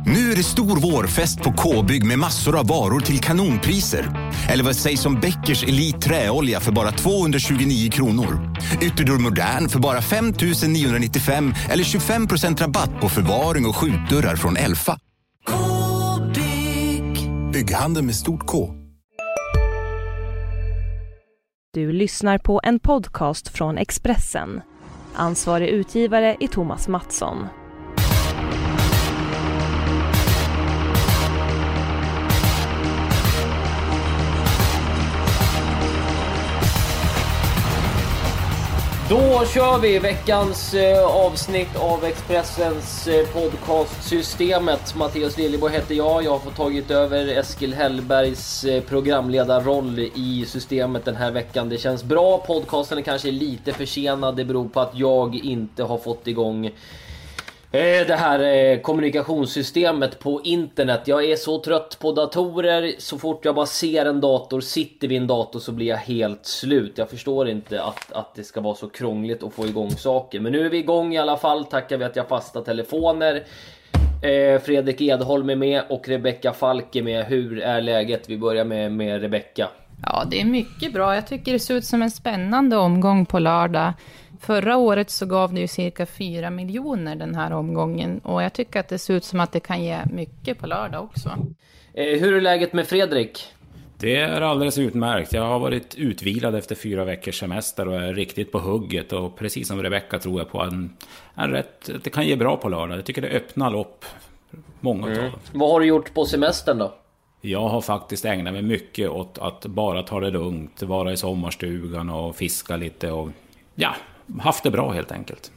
Nu är det stor vårfest på K-bygg med massor av varor till kanonpriser. Eller vad sägs om Bäckers Elite träolja för bara 229 kronor. Ytterdörr Modern för bara 5 995 eller 25% rabatt på förvaring och skjutdörrar från Elfa. K-bygg. Bygghandel med stort K. Du lyssnar på en podcast från Expressen. Ansvarig utgivare är Thomas Mattsson. Då kör vi veckans avsnitt av Expressens podcast Systemet. Mattias Liljeborg heter jag. Jag har fått tagit över Eskil Hellbergs programledarroll i Systemet den här veckan. Det känns bra. Podcasten är kanske lite försenad. Det beror på att jag inte har fått igång det här kommunikationssystemet på internet. Jag är så trött på datorer. Så fort jag bara ser en dator, sitter vid en dator, så blir jag helt slut. Jag förstår inte att det ska vara så krångligt att få igång saker. Men nu är vi igång i alla fall. Tackar vi att jag fasta telefoner. Fredrik Edholm är med och Rebecka Falk är med. Hur är läget? Vi börjar med Rebecka. Ja, det är mycket bra. Jag tycker det ser ut som en spännande omgång på lördag. Förra året så gav det ju cirka 4 miljoner den här omgången. Och jag tycker att det ser ut som att det kan ge mycket på lördag också. Hur är läget med Fredrik? Det är alldeles utmärkt. Jag har varit utvilad efter 4 veckors semester och är riktigt på hugget. Och precis som Rebecka tror jag på en rätt, det kan ge bra på lördag. Jag tycker det öppnar upp många. Vad har du gjort på semestern då? Jag har faktiskt ägnat mig mycket åt att bara ta det lugnt. Vara i sommarstugan och fiska lite och ja, haft det bra helt enkelt.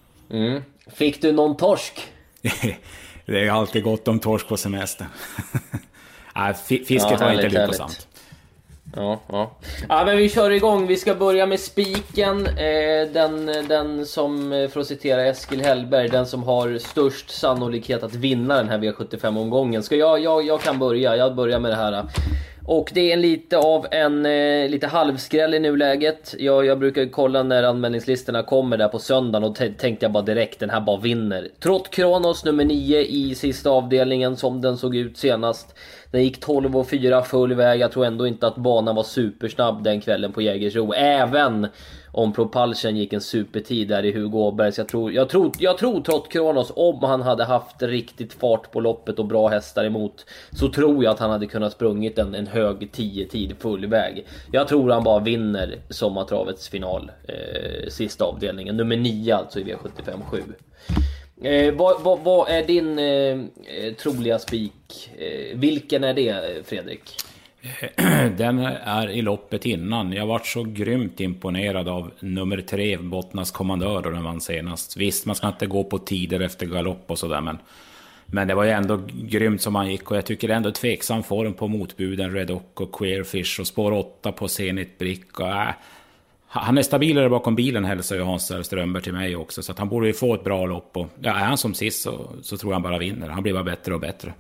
Fick du någon torsk? Det är alltid gott om torsk på semester. Nej, fisket var inte lyckosamt. Ja, men vi kör igång. Vi ska börja med spiken. Den som, för att citera Eskil Hellberg, den som har störst sannolikhet att vinna den här V75-omgången. Jag kan börja. Jag börjar med det här. Och det är lite av en lite halvskräll i nuläget. Jag brukar kolla när anmälningslistorna kommer där på söndagen och tänkte jag bara direkt, den här bara vinner. Trott Kronos nummer 9 i sista avdelningen som den såg ut senast. Den gick 12,4 full väg. Jag tror ändå inte att banan var supersnabb den kvällen på Jägersro. Även om Propulsion gick en supertid där i Hugo Åbergs. Jag tror Trott Kronos, om han hade haft riktigt fart på loppet och bra hästar emot, så tror jag att han hade kunnat sprungit en hög 10-tid full väg. Jag tror han bara vinner sommartravets final, sista avdelningen. Nummer 9 alltså i V75-7. Vad är din troliga spik? Vilken är det, Fredrik? Den är i loppet innan. Jag var så grymt imponerad av nummer 3, Bottnas kommandör, och den vann senast. Visst, man ska inte gå på tider efter galopp och sådär, men det var ju ändå grymt som han gick. Och jag tycker ändå tveksam form på motbuden Red Ock och Queerfish och spår 8 på Zenit Brick. Och han är stabilare bakom bilen, hälsar ju Hans Strömberg till mig också. Så att han borde ju få ett bra lopp. Och är han som sist så tror jag han bara vinner. Han blir bara bättre och bättre.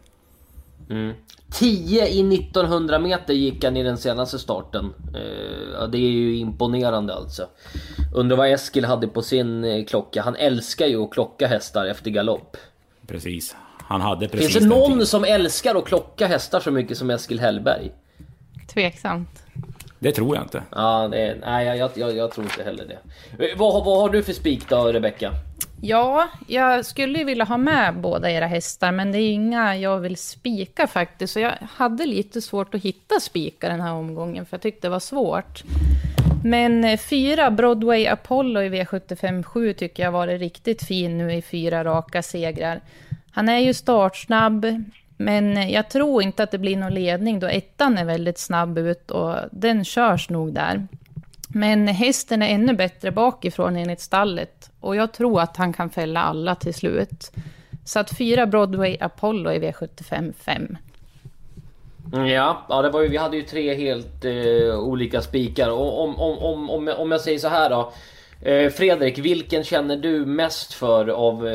10 i 1900 meter gick han i den senaste starten. Det är ju imponerande alltså. Undrar vad Eskil hade på sin klocka. Han älskar ju att klocka hästar efter galopp. Precis. Han hade precis. Finns det någon som älskar att klocka hästar så mycket som Eskil Hellberg? Tveksamt. Det tror jag inte. Nej, jag tror inte heller det. Vad har du för spik då, Rebecka? Ja, jag skulle ju vilja ha med båda era hästar, men det är inga jag vill spika faktiskt. Så jag hade lite svårt att hitta spika den här omgången, för jag tyckte det var svårt. Men 4 Broadway Apollo i V75-7 tycker jag var riktigt fin nu i 4 raka segrar. Han är ju startsnabb, men jag tror inte att det blir någon ledning då ettan är väldigt snabb ut och den körs nog där. Men hästen är ännu bättre bakifrån enligt stallet och jag tror att han kan fälla alla till slut. Så att 4 Broadway Apollo i V75-5. Ja, det var ju, vi hade ju 3 helt olika spikar. Och om jag säger så här då, Fredrik, vilken känner du mest för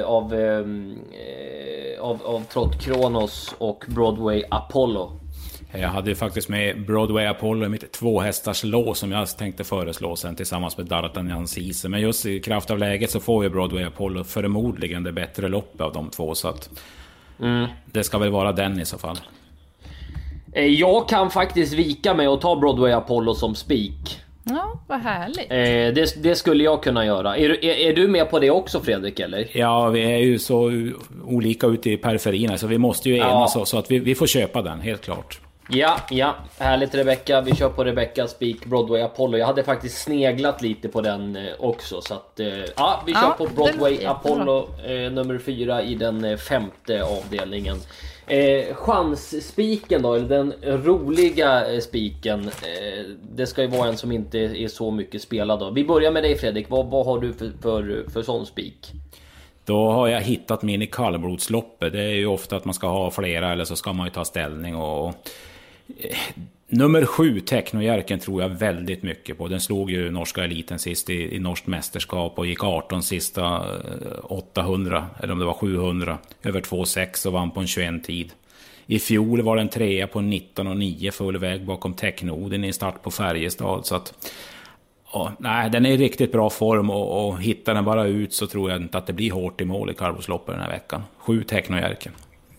av Trott Kronos och Broadway Apollo? Jag hade ju faktiskt med Broadway Apollo i mitt 2 hästars lås som jag tänkte föreslå sen tillsammans med D'Artagnan Cise. Men just i kraft av läget så får ju Broadway Apollo förmodligen det bättre loppet av de 2. Så att Det ska väl vara den i så fall. Jag kan faktiskt vika mig och ta Broadway Apollo som spik. Ja, vad härligt. Det skulle jag kunna göra. Är du med på det också, Fredrik, eller? Ja, vi är ju så olika ute i periferierna, så vi måste ju enas så att vi får köpa den, helt klart. Ja, härligt Rebecca. Vi kör på Rebecca spik Broadway Apollo. Jag hade faktiskt sneglat lite på den också. Så att, vi kör på Broadway Apollo nummer 4 i den 5:e avdelningen. Chansspiken då, eller den roliga spiken, det ska ju vara en som inte är så mycket spelad då. Vi börjar med dig, Fredrik. Vad har du för sån spik? Då har jag hittat min i kallblodsloppet. Det är ju ofta att man ska ha flera, eller så ska man ju ta ställning. Och nummer 7, Teknojärken, tror jag väldigt mycket på. Den slog ju norska eliten sist i norskt mästerskap och gick 18 sista 800, eller om det var 700, över 2,6 och vann på en 21-tid. I fjol var den 3 på 19,9 full väg bakom Teknoden i start på Färjestad. Så att, nej, den är i riktigt bra form, och hittar den bara ut så tror jag inte att det blir hårt i mål i kallblodsloppet den här veckan. 7 Teknojärken.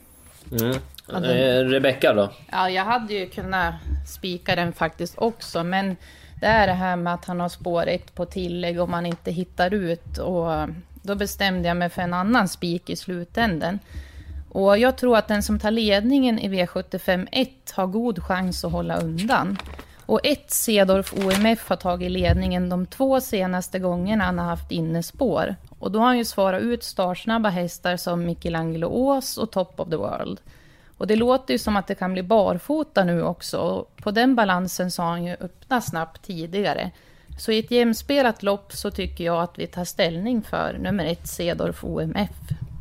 Rebecca då? Ja, jag hade ju kunnat spika den faktiskt också, men det är det här med att han har spår 1 på tillägg om man inte hittar ut, och då bestämde jag mig för en annan spik i slutänden. Och jag tror att den som tar ledningen i V75-1 har god chans att hålla undan. Och 1 Cedorf OMF har tagit ledningen de 2 senaste gångerna han har haft innespår. Och då har han ju svarat ut startsnabba hästar som Michelangelo Ås och Top of the World. Och det låter ju som att det kan bli barfota nu också. Och på den balansen så har han ju öppnat snabbt tidigare. Så i ett jämspelat lopp så tycker jag att vi tar ställning för nummer 1 Cedorf OMF.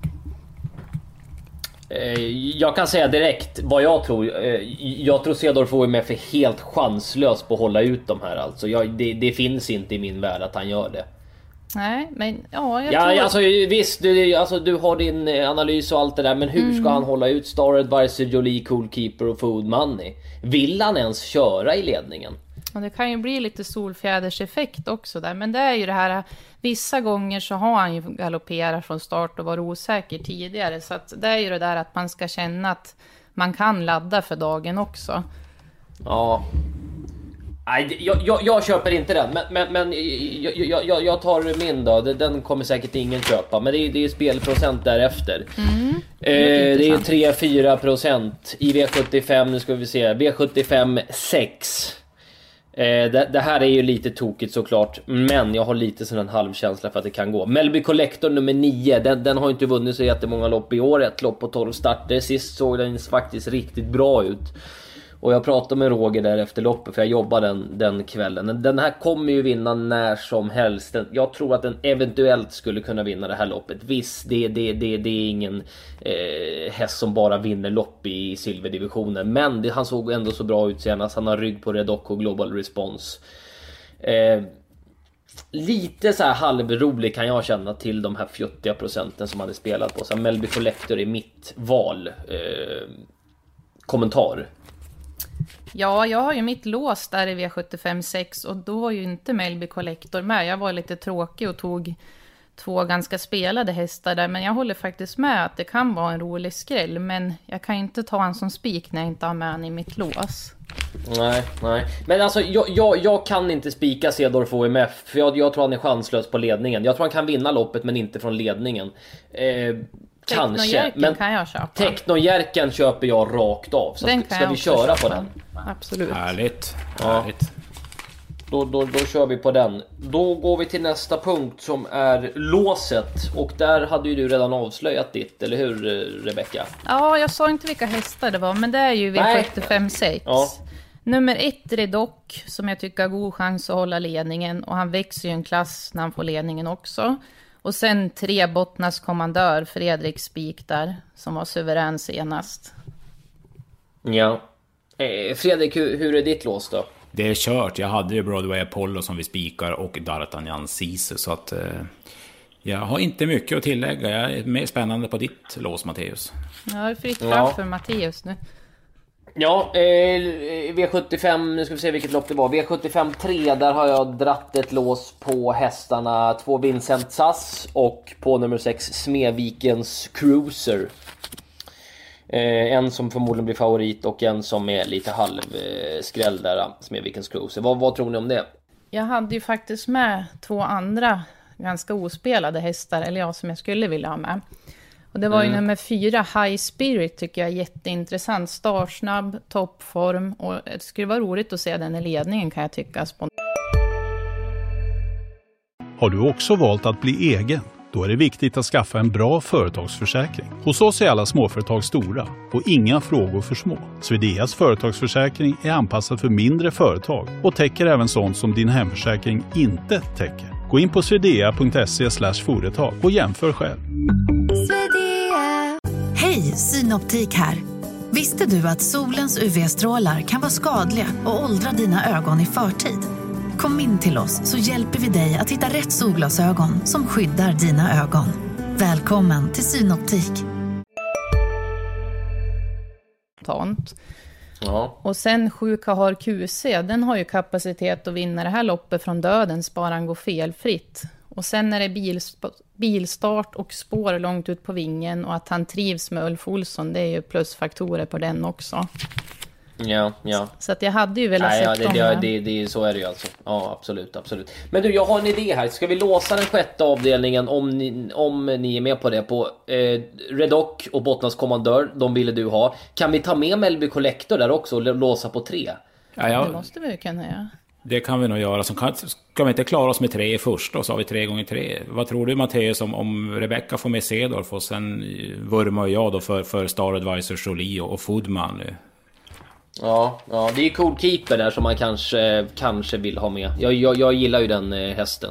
Jag kan säga direkt vad jag tror. Jag tror Cedorf OMF är helt chanslös på att hålla ut de här. Alltså. Det finns inte i min värld att han gör det. Nej, men jag tror... Alltså, visst, du har din analys och allt det där. Men hur ska han hålla ut Star Advisor, Jolie, Coolkeeper och Food Money? Vill han ens köra i ledningen? Och det kan ju bli lite solfjäderseffekt också där. Men det är ju det här, vissa gånger så har han ju galopperat från start och varit osäker tidigare. Så att det är ju det där att man ska känna att man kan ladda för dagen också. Ja. Nej, jag köper inte den. Men jag tar min då. Den kommer säkert ingen köpa. Men det är spelprocent därefter. Det är 3-4% i V75. Nu ska vi se. V75 6. Det här är ju lite tokigt såklart, men jag har lite sån en halvkänsla för att det kan gå. Melby Collector nummer 9, den har inte vunnit så jättemånga lopp i år. Ett lopp på 12 starter. Sist såg den faktiskt riktigt bra ut. Och jag pratade med Roger där efter loppet, för jag jobbade den kvällen. Den här kommer ju vinna när som helst. Jag tror att den eventuellt skulle kunna vinna det här loppet. Visst, det är ingen häst som bara vinner lopp i silverdivisionen. Men han såg ändå så bra ut senast. Han har rygg på Redocco Global Response. Lite så här halvrolig kan jag känna till de här 40% som hade spelat på. Så Melby Collector är mitt val. Kommentar. Ja, jag har ju mitt lås där i V75-6 och då var ju inte Melby Collector med. Jag var lite tråkig och tog 2 ganska spelade hästar där. Men jag håller faktiskt med att det kan vara en rolig skräll. Men jag kan inte ta en som spik när jag inte har med en i mitt lås. Nej. Men alltså jag kan inte spika Cedorf OMF. För jag tror han är chanslös på ledningen. Jag tror han kan vinna loppet men inte från ledningen. Kanske, men kan jag köpa. Teknojärken köper jag rakt av. Så ska vi köra på den? Absolut. Härligt. Då kör vi på den. Då går vi till nästa punkt som är låset. Och där hade ju du redan avslöjat ditt, eller hur Rebecca? Ja, jag sa inte vilka hästar det var, men det är ju V75-6. Ja. Nummer 1 Redoc, som jag tycker har god chans att hålla ledningen. Och han växer ju en klass när han får ledningen också. Och sen 3 Bottnas kommandör, Fredrik Spik där, som var suverän senast. Ja. Fredrik, hur är ditt lås då? Det är kört. Jag hade ju Broadway Apollo som vi spikar och D'Artagnan Cice. Så att jag har inte mycket att tillägga. Jag är mer spännande på ditt lås, Matteus. Ja, det är fritt fram för Matteus nu. Ja, V75, nu ska vi se vilket lopp det var. V75 3, där har jag dratt ett lås på hästarna 2 Vincent Sass och på nummer 6 Smedvikens Cruiser. En som förmodligen blir favorit och en som är lite halvskräll där, som är Vickens Cruiser. Vad tror ni om det? Jag hade ju faktiskt med 2 andra ganska ospelade hästar, eller jag som jag skulle vilja ha med. Och det var ju nummer 4, High Spirit, tycker jag är jätteintressant. Startsnabb, toppform, och det skulle vara roligt att se den i ledningen, kan jag tycka. Har du också valt att bli egen? Då är det viktigt att skaffa en bra företagsförsäkring. Hos oss är alla småföretag stora och inga frågor för små. Swedeas företagsförsäkring är anpassad för mindre företag och täcker även sånt som din hemförsäkring inte täcker. Gå in på swedea.se/företag och jämför själv. Hej, Synoptik här. Visste du att solens UV-strålar kan vara skadliga och åldra dina ögon i förtid? Kom in till oss så hjälper vi dig att hitta rätt solglasögon som skyddar dina ögon. Välkommen till Synoptik. Ja. Och sen 7 Kahar QC, den har ju kapacitet att vinna det här loppet från dödens, bara han går felfritt. Och sen är det bilstart och spår långt ut på vingen, och att han trivs med Ulf Olsson, det är ju plusfaktorer på den också. Ja. Så att jag hade ju velat sett dem. Det så är det ju alltså. Ja, absolut. Men du, jag har en idé här. Ska vi låsa den 6:e avdelningen om ni är med på det, på Redock och Bottnas Kommandör, de ville du ha. Kan vi ta med Melby Collector där också och låsa på 3? Ja. Det måste vi ju kunna göra. Det kan vi nog göra. Ska vi inte klara oss med 3 i första, och så har vi 3x3. Vad tror du, Mattias, om Rebecca får med Cedorf och sen vurmar jag då för Star Advisor Jolie och Foodman nu? Ja, det är ju cool keeper där som man kanske vill ha med. Jag gillar ju den hästen.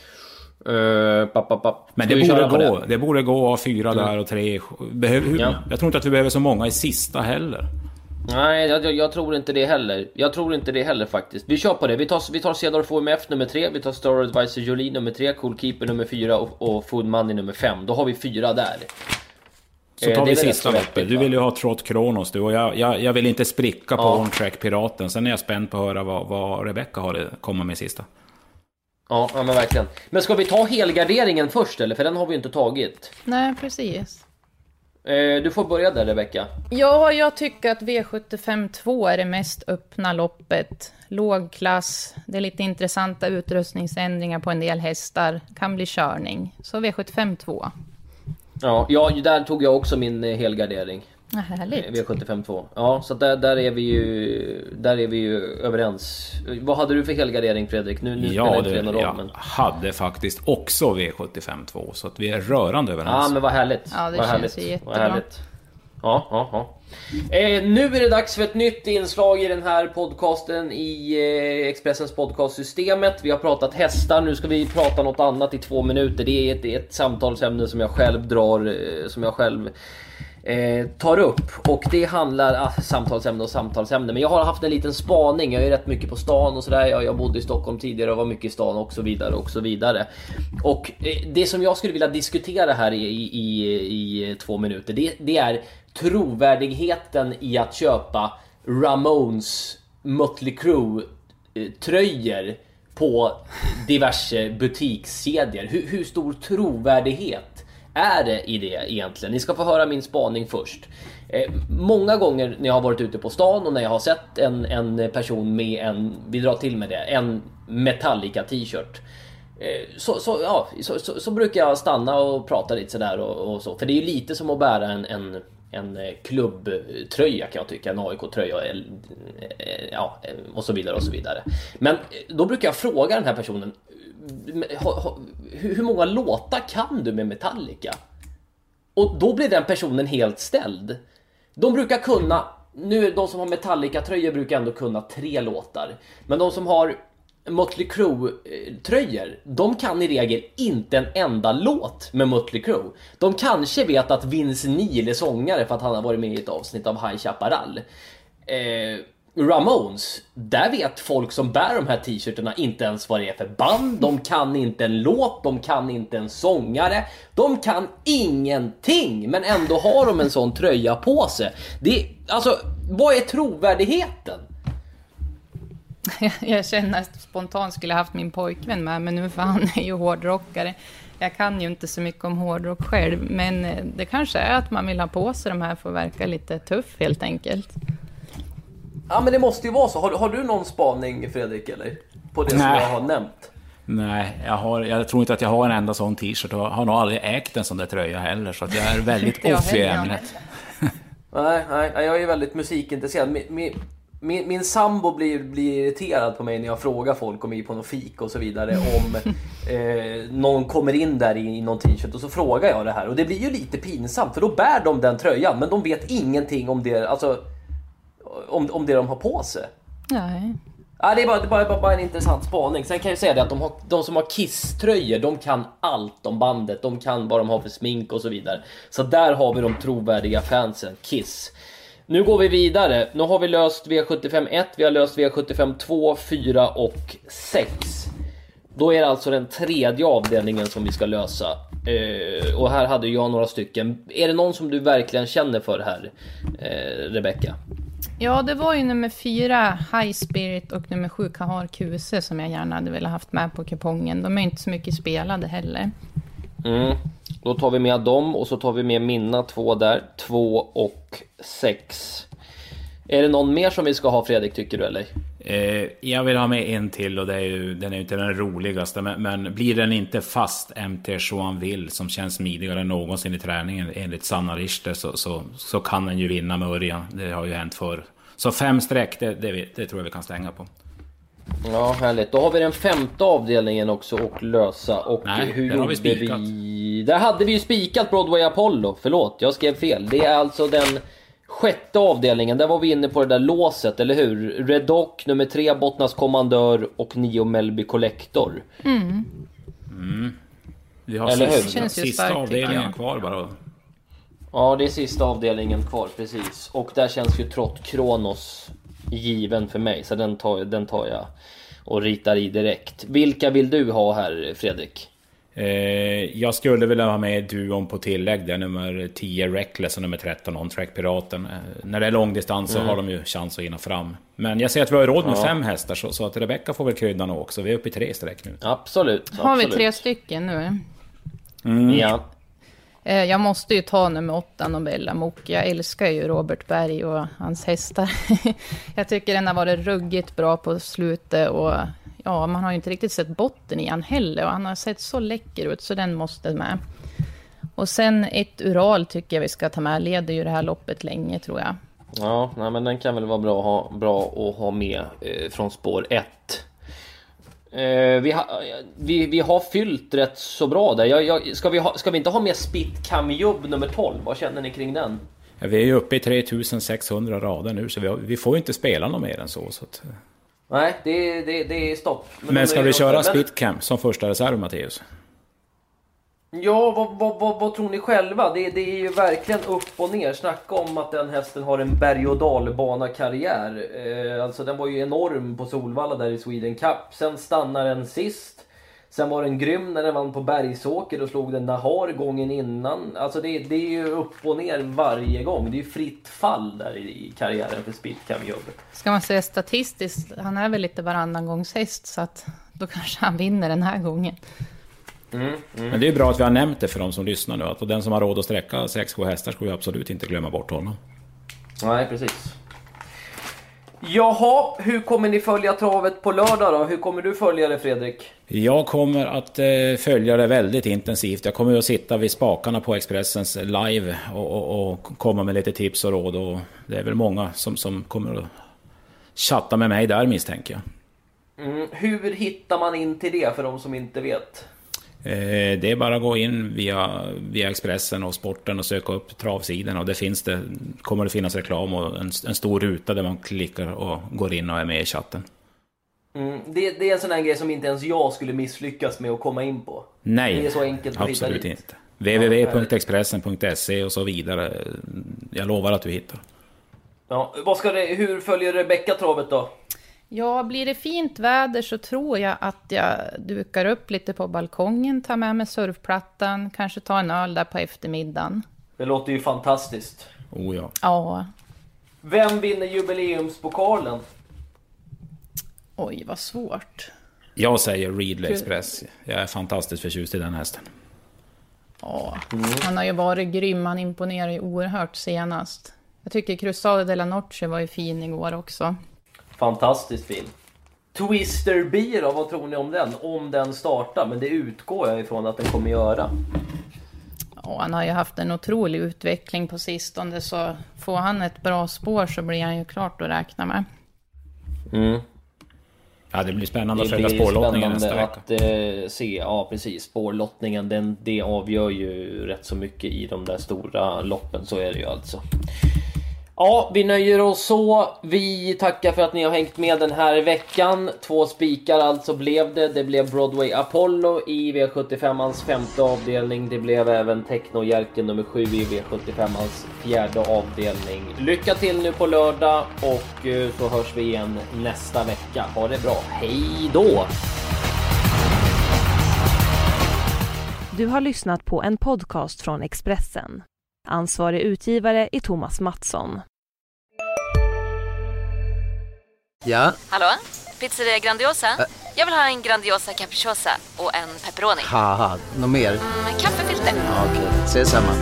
Men det borde gå av 4 där och 3. Jag tror inte att vi behöver så många i sista heller. Nej, jag tror inte det heller. Faktiskt. Vi kör på det. Vi tar Cedorf OMF nummer 3. Vi tar Star Advisor Jolie nummer 3. Cool keeper nummer 4 och Food Money nummer 5. Då har vi 4 där. Så tar vi sista loppet. Du vill ju ha Trot Kronos du, och jag vill inte spricka på On Track Piraten. Sen är jag spänd på att höra vad Rebecca har att komma med sista. Ja, men verkligen. Men ska vi ta helgarderingen först, eller? För den har vi ju inte tagit. Nej, precis. Du får börja där, Rebecca. Ja, jag tycker att V75-2 är det mest öppna loppet. Låg klass, det är lite intressanta utrustningsändringar på en del hästar. Kan bli körning. Så V75-2. Ja, där tog jag också min helgardering. Härligt. V75-2. Ja, så där är vi ju överens. Vad hade du för helgardering, Fredrik? Nu spelar inte det någon roll, men hade faktiskt också V75-2, så att vi är rörande överens. Ja, men vad härligt. Ja, det känns ju jättebra. Ja. Nu är det dags för ett nytt inslag i den här podcasten i Expressens podcastsystemet. Vi har pratat hästar, nu ska vi prata något annat i 2 minuter. Det är ett samtalsämne som jag själv tar upp, och det handlar samtalsämne, men jag har haft en liten spaning. Jag är rätt mycket på stan och sådär. Jag bodde i Stockholm tidigare och var mycket i stan och så vidare. Och det som jag skulle vilja diskutera här i 2 minuter, det är trovärdigheten i att köpa Ramones Mötley Crüe tröjor på diverse butikskedjor. Hur stor trovärdighet är det i det egentligen? Ni ska få höra min spaning först. Många gånger när jag har varit ute på stan och när jag har sett en person med en Metallica t-shirt, så brukar jag stanna och prata lite sådär och så. För det är ju lite som att bära en klubbtröja, kan jag tycka, en AIK-tröja, och så vidare. Men då brukar jag fråga den här personen: hur många låtar kan du med Metallica? Och då blir den personen helt ställd. De brukar kunna, de som har Metallica-tröjor brukar ändå kunna 3 låtar. Men de som har Mötley Crüe-tröjor, de kan i regel inte en enda låt med Mötley Crüe. De kanske vet att Vince Neil är sångare för att han har varit med i ett avsnitt av High Chaparral. Ramones, där vet folk som bär de här t-shirtarna inte ens vad det är för band. De kan inte en låt, de kan inte en sångare, de kan ingenting, men ändå har de en sån tröja på sig. Alltså, vad är trovärdigheten? Jag känner att spontant skulle haft min pojkvän med, men nu för han är ju hårdrockare. Jag kan ju inte så mycket om hårdrock själv, men det kanske är att man vill ha på sig de här för att verka lite tuff helt enkelt. Ja, men det måste ju vara så. Har du någon spaning, Fredrik, eller? På det som jag har nämnt? Nej, jag tror inte att jag har en enda sån t-shirt och har nog aldrig ägt en sån där tröja heller, så att jag är väldigt off i ämnet. Nej, jag är väldigt musikintresserad. Min sambo blir irriterad på mig när jag frågar folk om vi är på någon fik och så vidare, om någon kommer in där i någon t-shirt och så frågar jag det här, och det blir ju lite pinsamt för då bär de den tröjan men de vet ingenting om det, alltså om det de har på sig. Nej. Ja, det är bara en intressant spaning. Sen kan jag säga det att de som har Kiss-tröjor, de kan allt om bandet. De kan vad de har för smink och så vidare. Så där har vi de trovärdiga fansen, Kiss. Nu går vi vidare. Nu har vi löst V75-1, vi har löst V75-2, 4 och 6. Då är det alltså den tredje avdelningen som vi ska lösa. Och här hade jag några stycken. Är det någon som du verkligen känner för här, Rebecca? Ja, det var ju nummer 4 High Spirit och nummer 7 Kahar QC som jag gärna hade velat haft med på kupongen. De är inte så mycket spelade heller. Då tar vi med dem och så tar vi med mina 2 där. 2 och 6. Är det någon mer som vi ska ha, Fredrik, tycker du, eller? Jag vill ha med en till, och det är ju, den är ju inte den roligaste, men blir den inte fast MT Joinville, som känns smidigare än någonsin i träningen enligt Sanna Richter, så kan den ju vinna med Örjan. Det har ju hänt förr. Så 5 streck, det tror jag vi kan stänga på. Ja, härligt. Då har vi den 5:e avdelningen också och lösa. Och nej, hur där har vi spikat. Där hade vi ju spikat Broadway Apollo. Förlåt, jag skrev fel. Det är alltså den 6:e avdelningen. Där var vi inne på det där låset, eller hur? Red Dock, nummer 3 Bottnas Kommandör och 9 Melby Collector. Vi har eller sista avdelningen kvar bara. Ja, det är sista avdelningen kvar, precis. Och där känns ju Trott Kronos given för mig, så den tar jag och ritar i direkt. Vilka vill du ha här, Fredrik? Jag skulle vilja ha med duon på tillägg där, nummer 10 Reckless och nummer 13 On Track Piraten. När det är långdistans så har de ju chans att hinna fram. Men jag ser att vi har råd med 5 hästar, så att Rebecca får väl krydda nog också. Vi är uppe i 3 streck nu. Absolut. Har vi 3 stycken nu? Ja. Jag måste ju ta nummer 8 Nobella Mok. Jag älskar ju Robert Berg och hans hästar. Jag tycker den har varit ruggigt bra på slutet, och ja, man har ju inte riktigt sett botten i han heller, och han har sett så läcker ut, så den måste med. Och sen ett Ural tycker jag vi ska ta med, leder ju det här loppet länge, tror jag. Ja, nej, men den kan väl vara bra att ha med från spår 1. Vi har fyllt rätt så bra där. Ska vi inte ha med Spit Kamjob nummer 12? Vad känner ni kring den? Ja, vi är ju uppe i 3600 rader nu, så vi får ju inte spela något mer än så att... Nej, det är stopp. Men ska vi köra Spitcam som första reserv, Matteus? Ja, vad tror ni själva? Det är ju verkligen upp och ner. Snacka om att den hästen har en berg- och dalbana-karriär. Alltså den var ju enorm på Solvalla där i Sweden Cup. Sen stannar den sist. Sen var den grym när den vann på Bergsåker och slog den Nahar gången innan. Alltså det är ju upp och ner varje gång. Det är ju fritt fall där i karriären för Spitcam-jobb. Ska man säga statistiskt, han är väl lite varannan gångs häst, så att då kanske han vinner den här gången. Men det är bra att vi har nämnt det för de som lyssnar nu, att den som har råd att sträcka 6-7 hästar ska vi absolut inte glömma bort honom. Nej, precis. Jaha, hur kommer ni följa travet på lördag då? Hur kommer du följa det, Fredrik? Jag kommer att följa det väldigt intensivt. Jag kommer att sitta vid spakarna på Expressens live och komma med lite tips och råd. Och det är väl många som kommer att chatta med mig där, misstänker jag. Hur hittar man in till det för de som inte vet? Det är bara att gå in via Expressen och Sporten och söka upp travsidorna, och kommer det finnas reklam och en stor ruta där man klickar och går in och är med i chatten. Det är en sån här grej som inte ens jag skulle misslyckas med att komma in på. Nej, det är så enkelt att absolut hitta inte. www.expressen.se och så vidare. Jag lovar att du hittar. Ja, hur följer Rebecca travet då? Ja, blir det fint väder så tror jag att jag dukar upp lite på balkongen, tar med mig surfplattan, kanske ta en öl där på eftermiddagen. Det låter ju fantastiskt. Oh ja. Ja. Vem vinner jubileumspokalen? Oj, vad svårt. Jag säger Readly Express. Jag är fantastiskt förtjust i den hästen. Ja, han har ju varit grym. Han imponerar ju oerhört senast. Jag tycker Cruzado de la Noche var ju fin igår också. Fantastiskt fin. Twister B då, vad tror ni om den? Om den startar, men det utgår jag ifrån att den kommer göra. Ja, han har ju haft en otrolig utveckling på sistone, så får han ett bra spår så blir han ju klart att räkna med. Ja, det blir spännande att följa spårlottningen nästa vecka. Att se, ja precis, spårlottningen, det avgör ju rätt så mycket i de där stora loppen, så är det ju alltså. Ja, vi nöjer oss så. Vi tackar för att ni har hängt med den här veckan. 2 spikar alltså blev det. Det blev Broadway Apollo i V75ans 5:e avdelning. Det blev även Techno-Jerken nummer 7 i V75ans 4:e avdelning. Lycka till nu på lördag och så hörs vi igen nästa vecka. Ha det bra. Hej då! Du har lyssnat på en podcast från Expressen. Ansvarig utgivare är Thomas Mattsson. Ja? Hallå? Pizzeria Grandiosa? Jag vill ha en Grandiosa capriciosa och en pepperoni. Haha, något mer? Kaffefilter. Ja, okej, ses samma.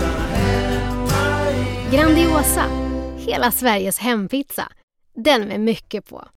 Grandiosa, hela Sveriges hempizza. Den med mycket på.